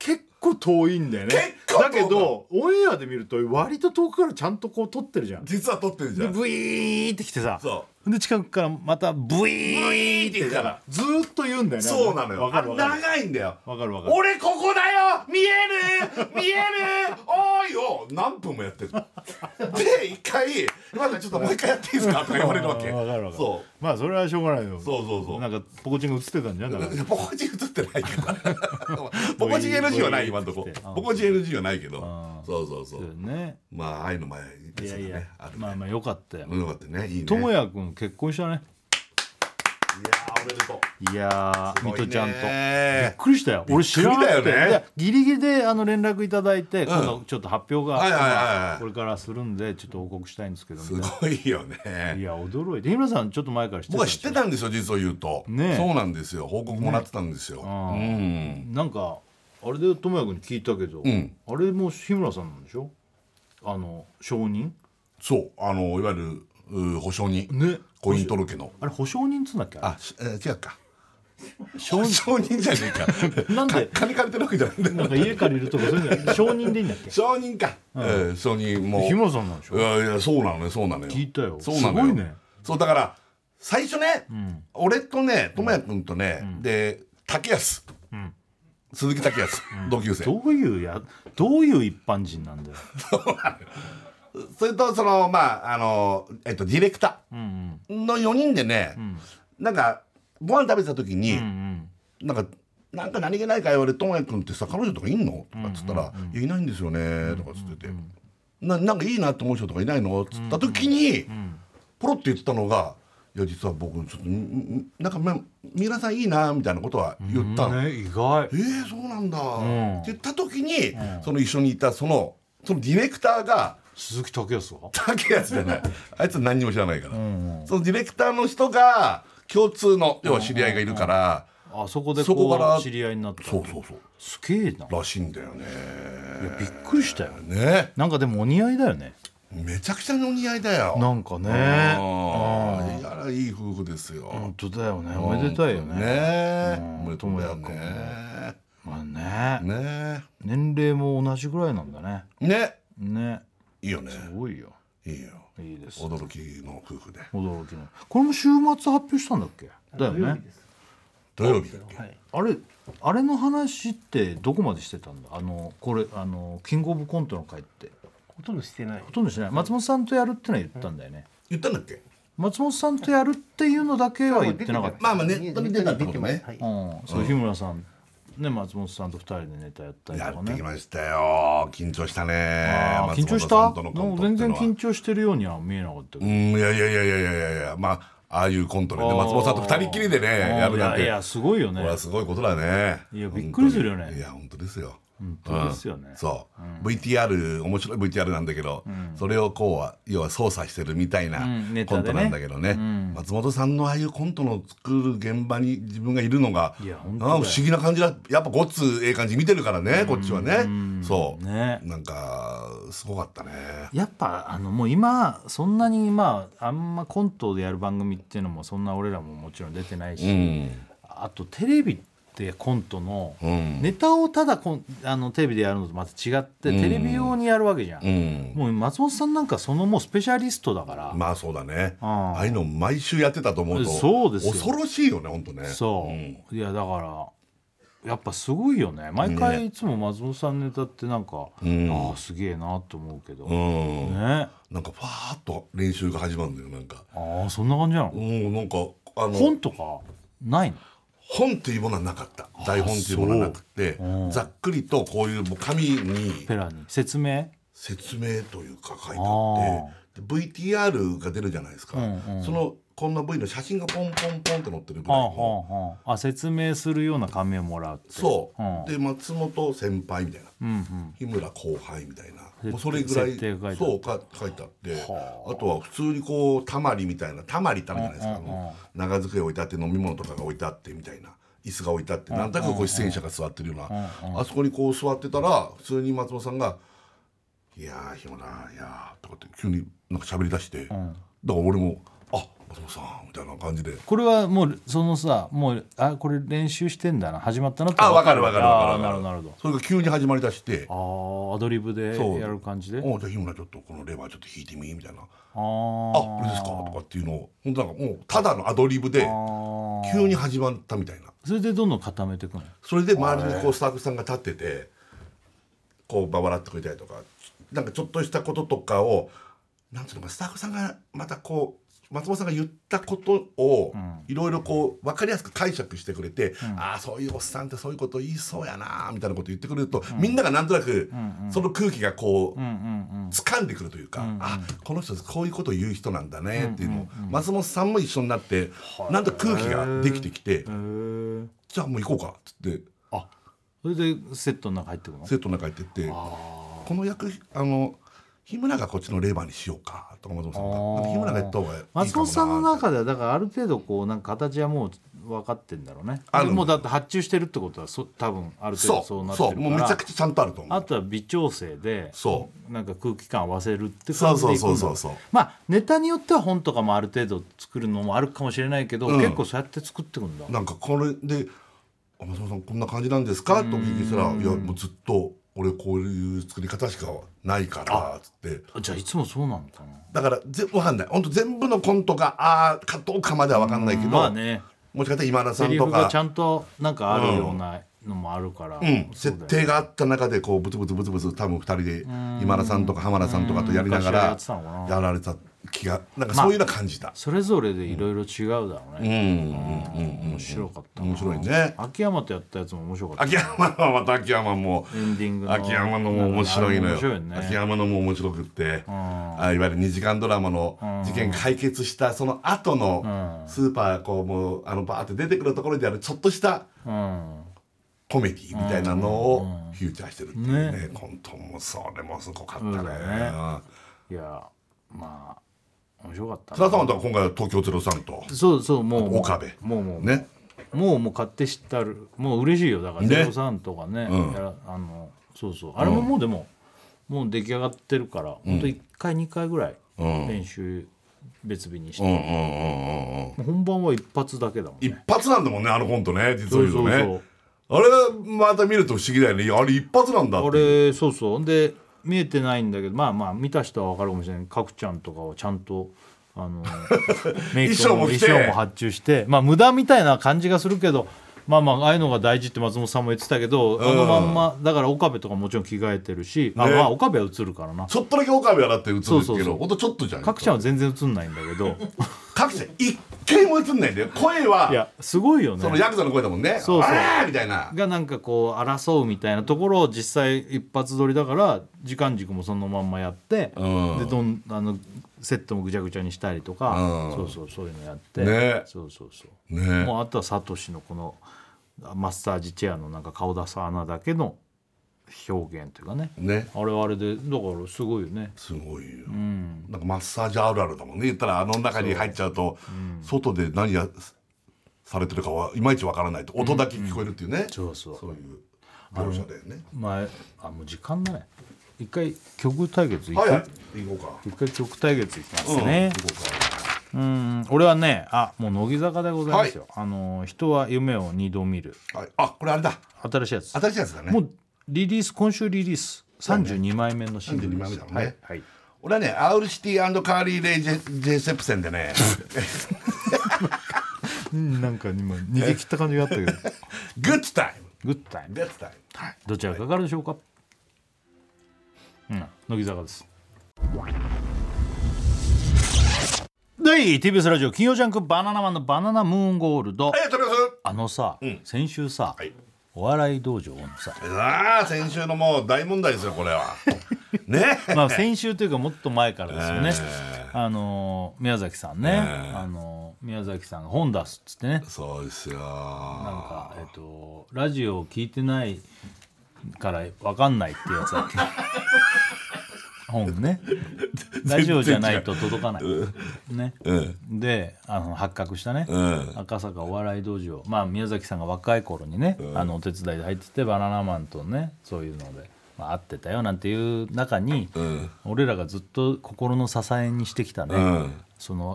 構遠いんだよね。 結構遠いだけどオンエアで見ると割と遠くからちゃんとこう撮ってるじゃん。 実は撮ってるじゃん。 でブイーってきてさ、 そで近くからまたブイーってからずーっと言うんだよね。 そうなのよ。 わかるわかる長いんだよ。 わかるわかる。 俺ここだよ、見える見えるおーいを何分もやってる。で一回「今からちょっともう一回やっていいですか?」とか言われるわけ。 わかるわかる。 そまあそれはしょうがないよ。 そうなんかポコチンが映ってたんじゃん。だからポコチン映ってないけどポコチン NG はない今んとこ。ポコチン NG はないけど、そうそうね。 まあああいうの前ですよいやいやね。あるね。 まあまあよかったよ。 よかったね。いいね。 智也くん結婚したね。 いやーおめでとう。 いやー、 すごいね水戸ちゃんとびっくりしたよ。俺知らなくて、 びっくりだよねいやギリギリで連絡いただいて、今度ちょっと発表が、 はいはいはいはいこれからするんでちょっと報告したいんですけど、 すみたいごいよな。いね。 や驚いて、日村さんちょっと前から知ってた僕は知ってたんですよ、実を言うと。 ねえそうなんですよ。報告もらってたんですよ。 なんかあれで智也君に聞いたけど、あれも日村さんなんでしょ。証人そう、いわゆる保証人、 ね。 婚姻届の。 あれ保証人っつうんだっけ。 違うか。 証人証人じゃねえか。 なんで金借りてるわけじゃないんだよ。 なんか家借りるとかそういうの証人でいいんだっけ。 証人か。証人も。 日村さんなんでしょ。 いやそうなのよ、そうなのよ。 聞いたよ。 そうなのよ。 すごいね。 そうだから最初ね、俺とね、智也君とね、で竹安、鈴木竹安、同級生。 どういう一般人なんだよ。 それとまあディレクターの4人でね、なんかご飯食べてた時に、なんか何気ない会話で「智也君ってさ彼女とかいんの?」とかっつったら「いやいないんですよね」とかっつってて「なんかいいなって思う人とかいないの?」っつった時にポロって言ったのが「いや実は僕ちょっとなんか三浦さんいいな」みたいなことは言ったの。 意外。 そうなんだって言った時に、その一緒にいたそのディレクターが鈴木武康は竹安じゃないあいつ何にも知らないから、そのディレクターの人が共通の要は知り合いがいるから、 そこでそこから知り合いになった。 そうすげえな。 らしいんだよね。 いやびっくりしたよね。 なんかでもお似合いだよね。 めちゃくちゃのお似合いだよ。 なんかね。 いやいい夫婦ですよ。 本当だよね。おめでたいよね。 ね。おめでとうだよね。 まあね。 ね。 年齢も同じぐらいなんだね。ね。 いいよね。 すごいよ。 いいよ。 いいです。 驚きの夫婦で。 驚きの。これも週末発表したんだっけ。だよね。 土曜日だっけ。 あれの話ってどこまでしてたんだ。これキングオブコントの回ってほとんどしてない。 ほとんどしてない。松本さんとやるってのは言ったんだよね。 言ったんだっけ。 松本さんとやるっていうのだけは言ってなかった。 まあネットに出たってことね。 そう日村さんね、松本さんと2人でネタやったりとかね。 やってきましたよ。緊張したね。 緊張した。全然緊張してるようには見えなかったけど。 いやまあああいうコントでね、松本さんと2人きりでねやるなんて、 いやすごいよね。 これはすごいことだね。 いやびっくりするよね。 いや本当ですよ。 本当ですよね。 そう、VTR 面白い VTR なんだけど、それを要は操作してるみたいなコントなんだけどね、松本さんのああいうコントの作る現場に自分がいるのが不思議な感じだ。やっぱごっつええ感じ見てるからね、こっちはね。そうなんかすごかったね。 やっぱもう今そんなにあんまコントでやる番組っていうのもそんな俺らももちろん出てないし、あとテレビってコントのネタをただテレビでやるのとまた違ってテレビ用にやるわけじゃん。もう松本さんなんかもうスペシャリストだから。 まあそうだね。ああいうの毎週やってたと思うとそうですよ、 恐ろしいよね本当ね。 そういやだからやっぱすごいよね。毎回いつも松本さんネタってなんかああすげえなと思うけどね。 なんかファーッと練習が始まるんだよなんか。 ああそんな感じなの。 なんか本とかないの。 本っていうものはなかった。台本っていうものはなくて、ざっくりとこういう紙にペラに説明というか書いてあって、VTR が出るじゃないですか。こんな V の写真がポンポンポンって載ってるぐらいの説明するような紙をもらって。 そうで松本先輩みたいな、日村後輩みたいな、もうそれぐらい書いてあって、あとは普通にこうたまりみたいなたまりってあるじゃないですか。長机置いてあって飲み物とかが置いてあってみたいな椅子が置いてあって、なんとなくこう出演者が座ってるような、あそこにこう座ってたら普通に松本さんが「いやー日村いやー」とかって急になんか喋り出して、だから俺も「あ松本さんみたいな感じで、 これはもうそのさもうこれ練習してんだな始まったなって分かるなるほど。 それが急に始まりだして、 アドリブでやる感じで、 じゃあ日村ちょっとこのレバーちょっと弾いてみみたいな、 これですかとかっていうのを本当なんかもうただのアドリブで急に始まったみたいな。 それでどんどん固めていくの。 それで周りにこうスタッフさんが立っててこう笑ってくれたりとか、なんかちょっとしたこととかをなんていうのか、スタッフさんがまたこう松本さんが言ったことをいろいろこう分かりやすく解釈してくれて、そういうおっさんってそういうこと言いそうやなみたいなこと言ってくれると、みんながなんとなくその空気がこう掴んでくるというか、この人こういうことを言う人なんだねっていうのを松本さんも一緒になってなんと空気ができてきて、じゃあもう行こうかっつって、 それでセットの中入ってくの。 セットの中入ってって、この役日村がこっちのレバーにしようかとか松本さんが日村がやった方がいいかもな。 松本さんの中ではだからある程度こうなんか形はもう分かってんだろうね。もうだって発注してるってことは多分ある程度そうなってるから、 もうめちゃくちゃちゃんとあると思う。 あとは微調整でなんか空気感合わせるって感じでいくんだ。 そうまあネタによっては本とかもある程度作るのもあるかもしれないけど、結構そうやって作ってくんだ。 なんかこれで松本さんこんな感じなんですかとお聞きしたら、いやもうずっと俺こういう作り方しかないからっつって。 じゃあいつもそうなのかな。 だから分かんない、本当全部のコントがかどうかまでは分かんないけど、 まあね、 もしかしたら今田さセリんとかフがちゃんとなんかあるようなのもあるから、 設定があった中でこうブツブツブツブツ多分2人で今田さんとか浜田さんとかとやりながらやられた気が、なんかそういうの感じた。 それぞれでいろいろ違うだろうね。面白かったな。 面白いね。 秋山とやったやつも面白かった。 秋山はまた秋山もエンディングの秋山のも面白いのよ。秋山のも面白くって、いわゆる2時間ドラマの事件解決したその後のスーパーこうもうバーって出てくるところであるちょっとしたコメディみたいなのをフューチャーしてるっていうね。コントもそれもすごかったね。 いやまあ面白かった。 津田さんは今回は東京03とそうもう岡部もうね、 もう買って知ったる、もう嬉しいよ。だから03とかね、そうあれももうでももう出来上がってるから、本当1回2回ぐらい練習別日にして、本番は一発だけだもんね。 一発なんだもんね、コントね、実を言うとね。あれまた見ると不思議だよね。あれ一発なんだって。 あれそうで見えてないんだけど、まあ見た人は分かるかもしれない。角ちゃんとかをちゃんとメイクの衣装も発注して、まあ無駄みたいな感じがするけど、まあああいうのが大事って松本さんも言ってたけど、まんまだから岡部とかもちろん着替えてるし、岡部は映るからな。 ちょっとだけ岡部はだって映るけど、ほんとちょっとじゃん。 角ちゃんは全然映んないんだけど角ちゃん一回も映んないんだよ。声はいやすごいよね。 そのヤクザの声だもんね。 そうみたいながなんかこう争うみたいなところを実際一発撮りだから時間軸もそのまんまやって、でセットもぐちゃぐちゃにしたりとか、そういうのやって、もうあとはサトシのこのマッサージチェアのなんか顔出す穴だけの表現というかね、あれはあれでだからすごいよね。 すごいよ、なんかマッサージあるあるだもんね。言ったら中に入っちゃうと外で何されてるかはいまいちわからないと、音だけ聞こえるっていうね、そういう描写だよね。 もう時間だね。一回曲対決行こうか。 一回曲対決いきますね。俺はねもう乃木坂でございますよ。人は夢を二度見る。 これあれだ。 新しいやつ。 新しいやつだね。 もう今週リリース32枚目のシングルです。 32枚目だもんね。俺はねアウルシティ&カーリー・レイ・ジェセプセンでねなんか今逃げ切った感じがあったけどグッドタイムどちらかかるでしょうか。乃木坂です。TBS ラジオ金曜ジャンクバナナマンのバナナムーンゴールド。先週さ、お笑い道場のさ先週のもう大問題ですよこれはね先週というかもっと前からですよね。宮崎さんね、宮崎さんが本出すっつってね。 そうですよ。なんかラジオを聞いてないから分かんないっていうやつだっけ本ねラジオじゃないと届かない、ね、で発覚したね、赤坂お笑い道場、宮崎さんが若い頃にね、お手伝いで入っててバナナマンとねそういうので、会ってたよなんていう中に、俺らがずっと心の支えにしてきたね、その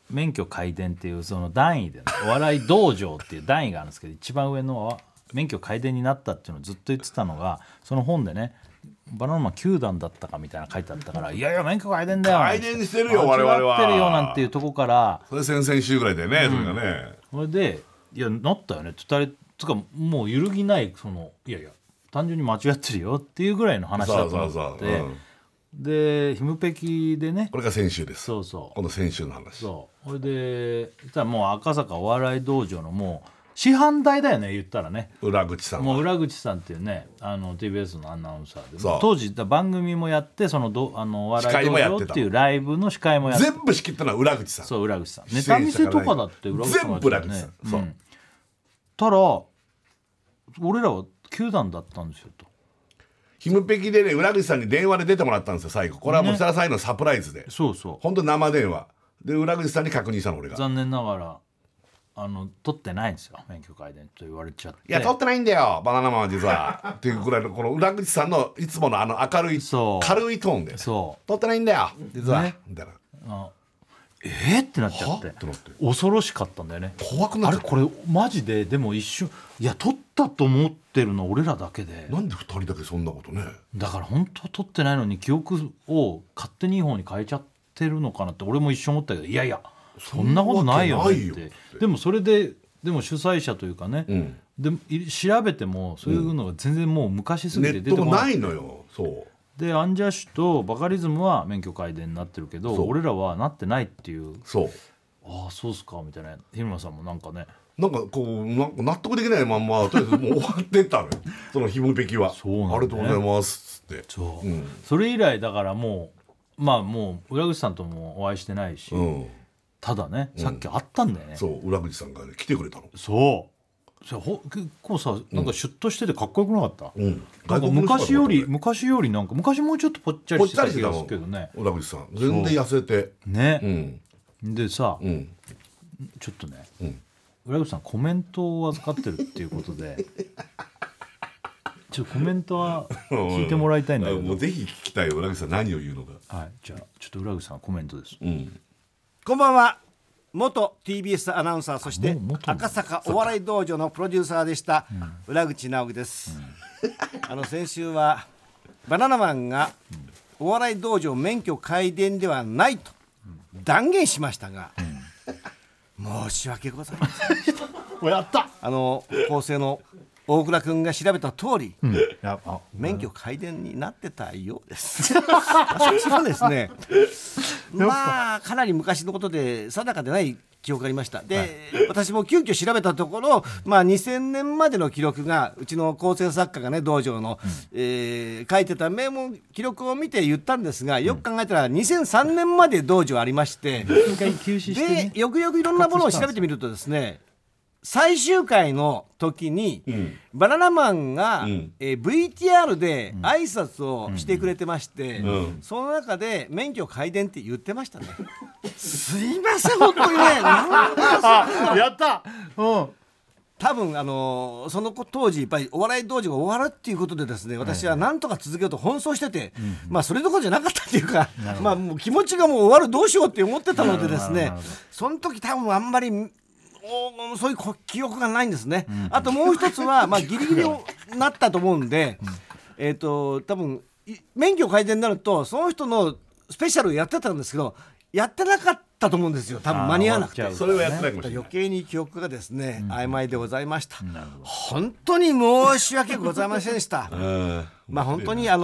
免許皆伝っていうその段位で、ね、お笑い道場っていう段位があるんですけど、一番上の免許皆伝になったっていうのをずっと言ってたのが、その本でね、バナナマン9段だったかみたいな書いてあったから、いやいや免許皆伝だよ、 皆伝してるよ我々は、 間違ってるよなんていうとこから、 それ先々週ぐらいでね、それがね、 それでいやなったよねって2人つか、もう揺るぎない、そのいやいや単純に間違ってるよっていうぐらいの話だと思って、でヒムペキでね、 これが先週です。 そうそう、 この先週の話。 そう、それで言ったらもう赤坂お笑い道場のもう師範代だよね、言ったらね、 裏口さんはもう裏口さんっていうね、TBS のアナウンサーで、 そう当時番組もやって、そのお笑い道場っていうライブの司会もやって、 全部仕切ったのは裏口さん。 そう、裏口さん、ネタ見せとかだって裏口さんがやってたよね。 全部裏口さん、そう、 たら俺らは9段だったんですよと。 ヒムペキでね、裏口さんに電話で出てもらったんですよ最後。これはもう設楽さんへのサプライズで、 そうそう、 本当生電話で裏口さんに確認したの俺が。 残念ながら取ってないんですよ、免許皆伝と言われちゃって。 いや取ってないんだよバナナマンは実はっていうくらいの、この裏口さんのいつもの明るい軽いトーンで、 そう取ってないんだよ実は、 ね、 みたいな、 ってなっちゃって、恐ろしかったんだよね。 怖くなっちゃった。 あれこれマジで、でも一瞬、いや取ったと思ってるの俺らだけで、 なんで2人だけそんなことね。 だから本当取ってないのに記憶を勝手にいい方に変えちゃってるのかなって俺も一瞬思ったけど、いやいやそんなことないよねって。でもそれでも主催者というかね、で調べてもそういうのが全然もう昔すぎて出てこない、 ネットもないのよ。そうでアンジャッシュとバカリズムは免許皆伝になってるけど、俺らはなってないっていう。 そう、 ああそうっすかみたいな。日村さんもなんかね、 なんかこうなんか納得できないまんまとりあえずもう終わってったのよそのひもべきは。 そうなんだね、 ありがとうございますっつって。 そう、それ以来だからもうもう裏口さんともお会いしてないし、ただね、さっき会ったんだよね。 そう裏口さんがね来てくれたの。 そう結構さ、なんかシュッとしててかっこよくなかった、なんか昔よりなんか昔もうちょっとぽっちゃりしてた気がするけどね、 裏口さん全然痩せてね、でさ、ちょっとね、裏口さんコメントを預かってるっていうことでちょっとコメントは聞いてもらいたいんだけどもうぜひ聞きたいよ裏口さん何を言うのか。 はい、じゃあちょっと裏口さんコメントです、 こんばんは。元 TBS アナウンサー、そして赤坂お笑い道場のプロデューサーでした裏口直樹です、先週はバナナマンがお笑い道場免許皆伝ではないと断言しましたが、申し訳ございませんでしたやった構成の大倉君が調べた通り、免許皆伝になってたようです私はですねかなり昔のことで定かでない記憶がありました。で、私も急遽調べたところ、2000年までの記録がうちの構成作家がね道場の、書いてたメモ記録を見て言ったんですが、よく考えたら2003年まで道場ありまして、でよくよくいろんなものを調べてみるとですね、最終回の時に、バナナマンが、VTR で挨拶をしてくれてまして、その中で免許皆伝って言ってましたねすいません本当にねやった、 多分その当時やっぱりお笑い道場が終わるっていうことでですね、私はなんとか続けようと奔走してて、それどころじゃなかったっていうか、もう気持ちがもう終わるどうしようって思ってたのでですね、その時多分あんまりそういう記憶がないんですね、あともう一つは、ギリギリになったと思うんで、多分免許皆伝になるとその人のスペシャルやってたんですけど、やってなかったと思うんですよ、多分間に合わなくて。 それはやってないかもしれない。 余計に記憶がですね、曖昧でございました。本当に申し訳ございませんでした。本当にバ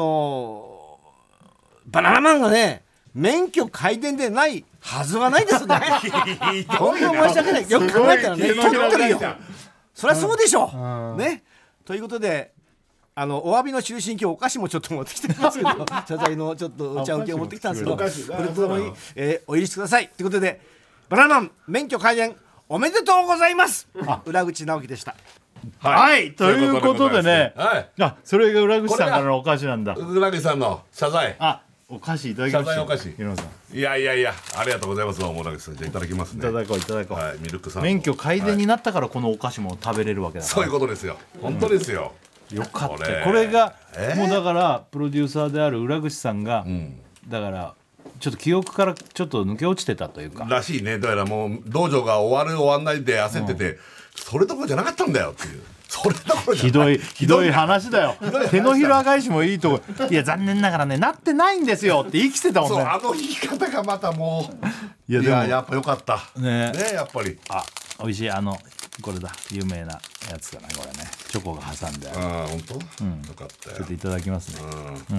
ナナマンがね免許皆伝でないはずはないですね本当に申し訳ない。よく考えたらね、取ってるよ、そりゃそうでしょう、ね。ということでお詫びの中心、今日お菓子もちょっと持ってきてますけど謝罪のちょっとお茶受けを持ってきたんですけど、これとともに、お許しくださいということで、バナナマン免許皆伝おめでとうございます。裏口直樹でした。 はい、ということでね、それが裏口さんからのお菓子なんだ。 裏口さんの謝罪、 お菓子いただきました。 謝罪お菓子。いやありがとうございます。裏口さん、じゃあいただきますね。 いただこう、 はい、ミルクさん免許皆伝になったからこのお菓子も食べれるわけだから、 そういうことですよ、本当ですよ。 よかったこれが、もうだからプロデューサーである裏口さんが、だからちょっと記憶からちょっと抜け落ちてたというからしいね。だからもう道場が終わんないで焦ってて、それどころじゃなかったんだよっていう。それどころじゃひどい話だよ。手のひら返しもいいとこ、いや残念ながらねなってないんですよって言い切ってたもんね。 そう、あの言い方がまたもういややっぱよかったねやっぱり。 美味しいこれだ有名なやつだなこれね、チョコが挟んである。 ああ本当、よかったよ。 ちょっといただきますね。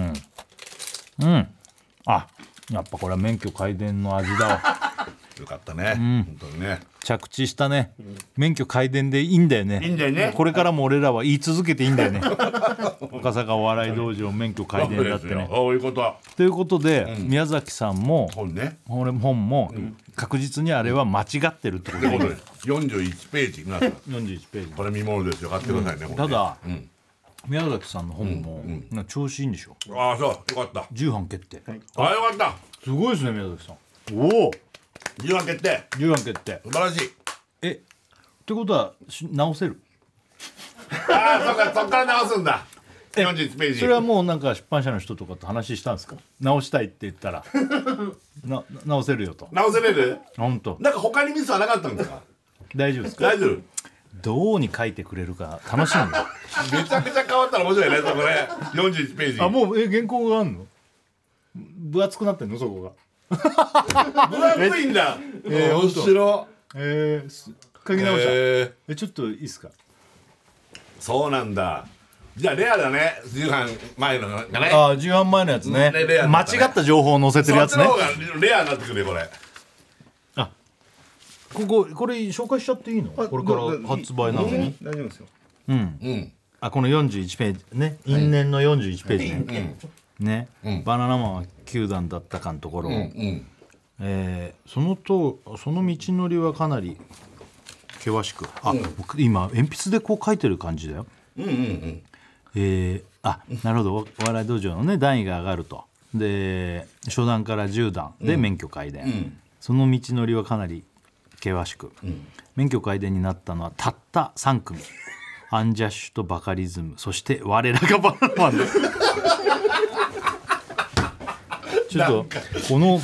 あ、やっぱこれは免許皆伝の味だわ。 よかったね、本当にね。 着地したね。免許皆伝でいいんだよね。 いいんだよね。 これからも俺らは言い続けていいんだよね。赤坂お笑い道場免許皆伝だってね。 そういうことは。 ということで、宮崎さんも本ね。 本も確実にあれは間違ってるってことで、 41ページ皆さん 41ページ。 これ見ものですよ。買ってくださいね。 ただ、宮崎さんの本も調子いいんでしょ。 ああそうよかった。 重版決定。 ああよかった。 すごいですね宮崎さん。おお。 重版決定。 重版決定。 素晴らしい。 ってことは直せる。 ああそっから直すんだ。41ページ。 それはもうなんか出版社の人とかと話したんですか。直したいって言ったら直せるよと。 直せれる？ 本当。 なんか他にミスはなかったんですか？ 大丈夫ですか。 大丈夫。 どうに書いてくれるか楽しみだ。 めちゃくちゃ変わったら面白いねそこね。41ページ。 あ、もう原稿があるの？分厚くなってんのそこが。 分厚いんだ。面白い。 書き直した。ちょっといいですか。 そうなんだ。じゃあレアだね。重版前のがね。 ああ、重版前のやつね。間違った情報を載せてるやつね。 そっちの方がレアになってくるよこれ。 あ、これ紹介しちゃっていいの？これから発売なのに。 大丈夫ですよ。 あ、この41ページね。因縁の41ページね。バナナマンは9段だったかのところを、その道のりはかなり険しく、僕今鉛筆でこう書いてる感じだよ。なるほど。お笑い道場のね段位が上がると。で初段から10段で免許皆伝、その道のりはかなり険しく、免許皆伝になったのはたった3組。アンジャッシュとバカリズム、そして我らがバナナマンです。ちょっとこの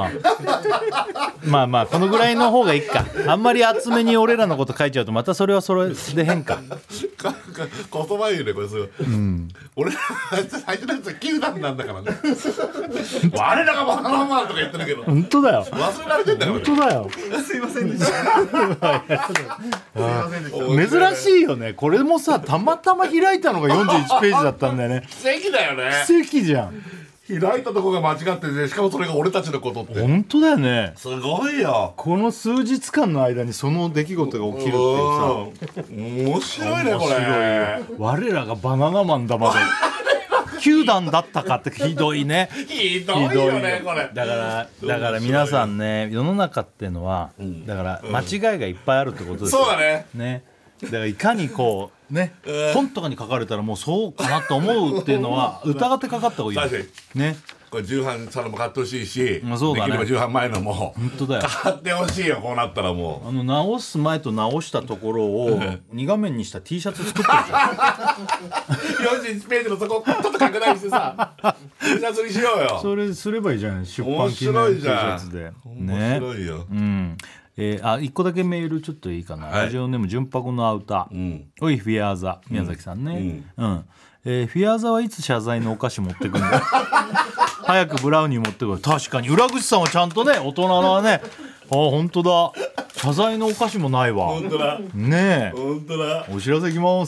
まあこのぐらいの方がいいか。あんまり厚めに俺らのこと書いちゃうとまたそれはそれで変か。 言葉言うねこれすごい。俺最初のやつは9段なんだからね。我らがバナナマンとか言ってるけど本当だよ。 忘れられてんだよ。 本当だよ。 すいませんでした。すいませんでした。 珍しいよね。これもさたまたま開いたのが41ページだったんだよね。 奇跡だよね。 奇跡じゃん。 開いたとこが間違ってて、しかもそれが俺たちのことって。 本当だよね。 すごいよ。 この数日間の間にその出来事が起きるっていうさ。 面白いねこれ。 我らがバナナマンだまで9段だったかってひどいね。 ひどいよねこれ。 だから皆さんね、世の中ってのはだから間違いがいっぱいあるってことですよ。 そうだね。 ね。だからいかにこうね、本とかに書かれたらもうそうかなと思うっていうのは疑ってかかった方がいい確かにね。 これ重版したのも買ってほしいし、 そうだね、 できれば重版前のも本当だよ買ってほしいよ。こうなったらもう直す前と直したところを2画面にした T シャツ作ってるじゃん。 41ページのそこちょっと拡大してさT シャツにしようよ。 それすればいいじゃん。出版記念 T シャツで面白いよ。 一個だけメールちょっといいかな、ラジオネーム純白のアウター、おいフィアーザ宮崎さんね、フィアーザはいつ謝罪のお菓子持ってくんだ早くブラウニー持ってくる。確かに裏口さんはちゃんとね大人だね。本当だ。謝罪のお菓子もないわ。 本当だねえ。 本当だ。 お知らせいきます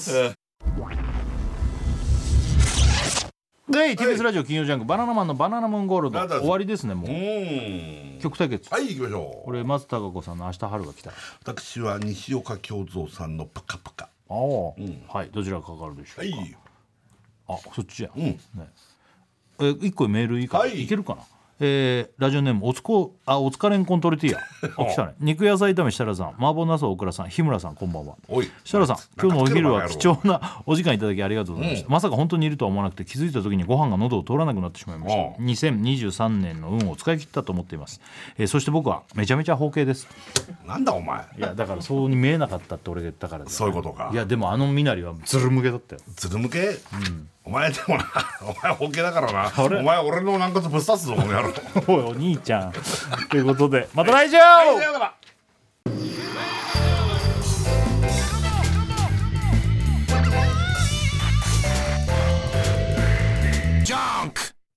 。TBS ラジオ金曜ジャンクバナナマンのバナナムーンゴールド終わりですね。もう曲対決。 はい行きましょう。 これ松たか子さんの明日春が来た。 私は西岡京三さんのプカプカ。 はい、どちらがかかるでしょうか。 はい。 そっちや、1個メールいけるかな。ラジオネームおつかれんこんトルティーヤ。来たね。肉野菜炒め設楽さん、麻婆茄子大倉さん、日村さん、こんばんは。設楽さん、今日のお昼は貴重なお時間いただきありがとうございました。まさか本当にいるとは思わなくて、気づいた時にご飯が喉を通らなくなってしまいました。2023年の運を使い切ったと思っています。そして僕はめちゃめちゃ包茎です。 なんだお前。 いやだからそうに見えなかったって俺が言ったから。 そういうことか。 いやでも身なりはズル向けだったよ。 ズル向け、お前でもな、お前本気だからな。お前俺の軟骨ぶっ刺すぞこの野郎。 おいお兄ちゃんということでまた来週。 はい、さようなら。